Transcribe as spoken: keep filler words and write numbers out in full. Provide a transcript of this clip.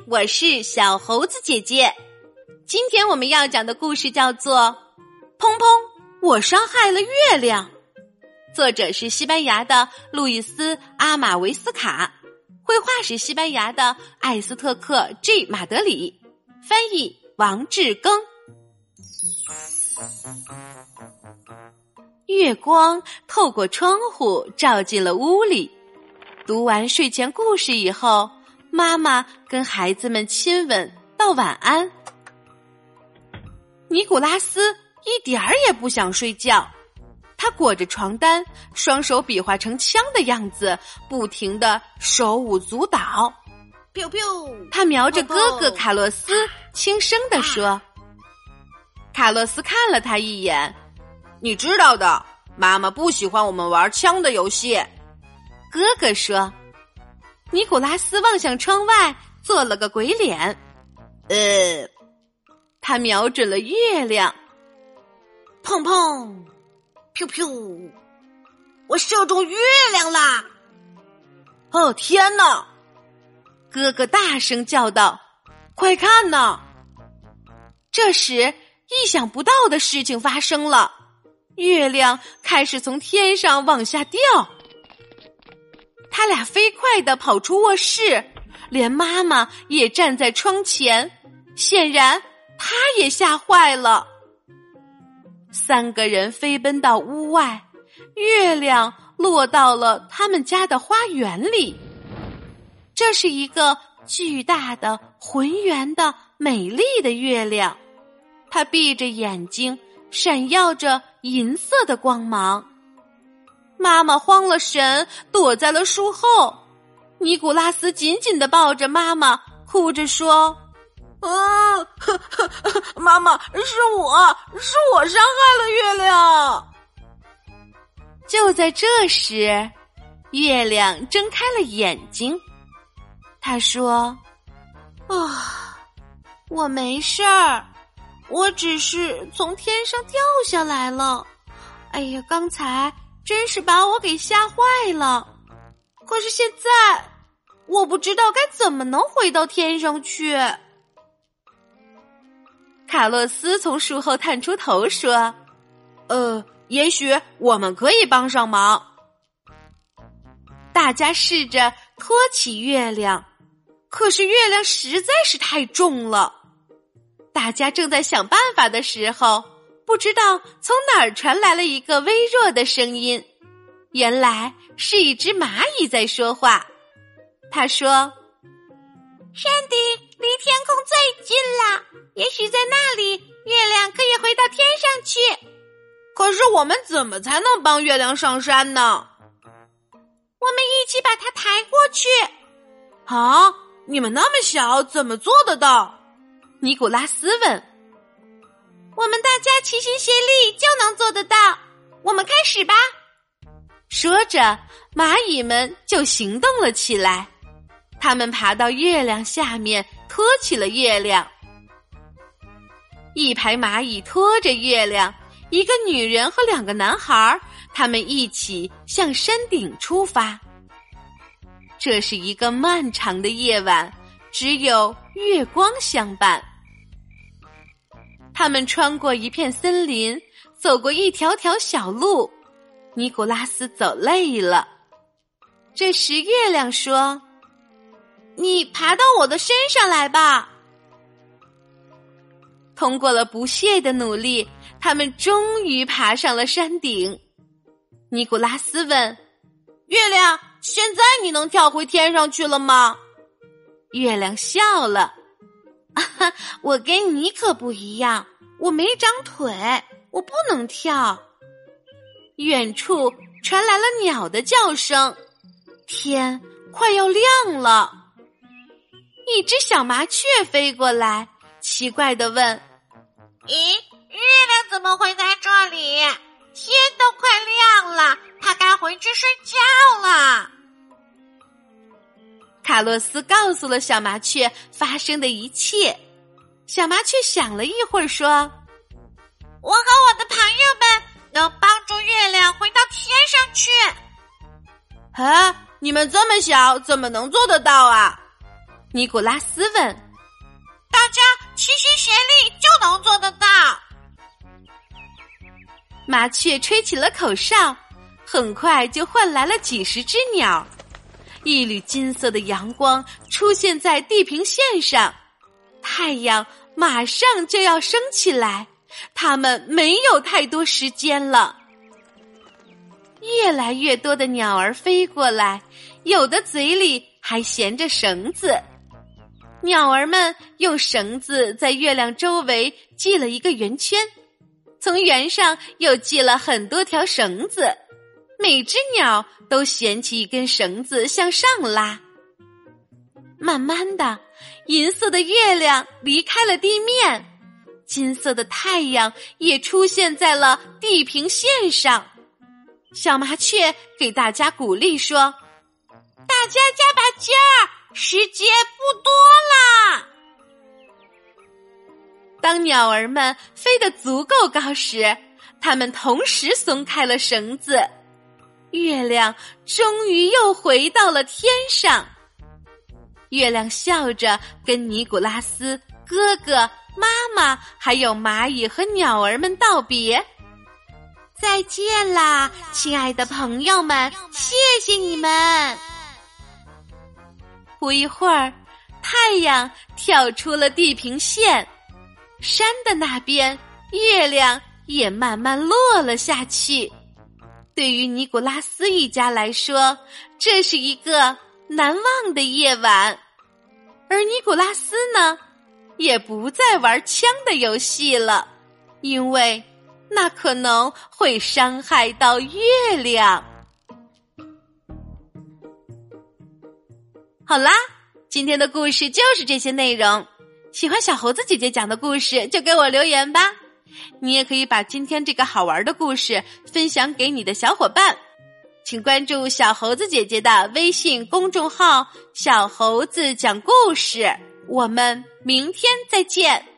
我是小猴子姐姐。今天我们要讲的故事叫做《砰砰，我伤害了月亮》，作者是西班牙的路易斯·阿马维斯卡，绘画是西班牙的艾斯特克 G 马德里，翻译王志庚。月光透过窗户照进了屋里，读完睡前故事以后，妈妈跟孩子们亲吻道晚安。尼古拉斯一点儿也不想睡觉，他裹着床单，双手比划成枪的样子，不停地手舞足蹈。 噗噗， 他瞄着哥哥卡洛斯，轻声地说。卡洛斯看了他一眼， 你知道的，妈妈不喜欢我们玩枪的游戏。 哥哥说。尼古拉斯望向窗外，做了个鬼脸。 呃， 他瞄准了月亮。 砰砰，噗噗，我射中月亮啦！哦，天哪！ 哥哥大声叫道：“快看呐！”这时，意想不到的事情发生了，月亮开始从天上往下掉。他俩飞快地跑出卧室，连妈妈也站在窗前，显然她也吓坏了。三个人飞奔到屋外，月亮落到了他们家的花园里。这是一个巨大的、浑圆的、美丽的月亮，它闭着眼睛，闪耀着银色的光芒。妈妈慌了神，躲在了树后。尼古拉斯紧紧地抱着妈妈，哭着说：“ 啊，呵呵妈妈，是我，是我伤害了月亮。” 就在这时，月亮睁开了眼睛。他说：“啊，我没事儿，我只是从天上掉下来了。哎呀，刚才真是把我给吓坏了。可是现在，我不知道该怎么能回到天上去。”卡洛斯从树后探出头说：“ 呃，也许我们可以帮上忙。” 大家试着托起月亮，可是月亮实在是太重了。大家正在想办法的时候，不知道从哪儿传来了一个微弱的声音，原来是一只蚂蚁在说话。他说：“山顶离天空最近了，也许在那里，月亮可以回到天上去。 可是我们怎么才能帮月亮上山呢？”“ 我们一起把它抬过去。”“ 啊，你们那么小，怎么做得到？” 尼古拉斯问。“我们大家齐心协力就能做得到，我们开始吧。”说着，蚂蚁们就行动了起来。他们爬到月亮下面，托起了月亮。一排蚂蚁拖着月亮，一个女人和两个男孩，他们一起向山顶出发。这是一个漫长的夜晚，只有月光相伴。他们穿过一片森林，走过一条条小路。尼古拉斯走累了。这时月亮说：“你爬到我的身上来吧。”通过了不懈的努力，他们终于爬上了山顶。尼古拉斯问：“ 月亮，现在你能跳回天上去了吗？” 月亮笑了：“啊，我跟你可不一样，我没长腿，我不能跳。”远处传来了鸟的叫声，天快要亮了。一只小麻雀飞过来，奇怪地问：“ 咦，月亮怎么会在这里？天都快亮了，它该回去睡觉了。” 卡洛斯告诉了小麻雀发生的一切。小麻雀想了一会儿说：“ 我和我的朋友们能帮助月亮回到天上去。” 啊，你们这么小，怎么能做得到啊？ 尼古拉斯问： 大家齐心协力就能做得到。 麻雀吹起了口哨，很快就换来了几十只鸟。一缕金色的阳光出现在地平线上，太阳马上就要升起来，它们没有太多时间了。越来越多的鸟儿飞过来，有的嘴里还衔着绳子。鸟儿们用绳子在月亮周围系了一个圆圈，从圆上又系了很多条绳子，每只鸟都衔起一根绳子向上拉。慢慢的，银色的月亮离开了地面，金色的太阳也出现在了地平线上。小麻雀给大家鼓励说： 大家加把劲儿，时间不多啦。 当鸟儿们飞得足够高时，它们同时松开了绳子，月亮终于又回到了天上。月亮笑着跟尼古拉斯、哥哥、妈妈还有蚂蚁和鸟儿们道别： 再见啦，亲爱的朋友们，谢谢你们。 不一会儿，太阳跳出了地平线，山的那边，月亮也慢慢落了下去。对于尼古拉斯一家来说，这是一个难忘的夜晚。而尼古拉斯呢，也不再玩枪的游戏了，因为那可能会伤害到月亮。好啦，今天的故事就是这些内容。喜欢小猴子姐姐讲的故事，就给我留言吧。你也可以把今天这个好玩的故事分享给你的小伙伴。请关注小猴子姐姐的微信公众号“小猴子讲故事”。我们明天再见。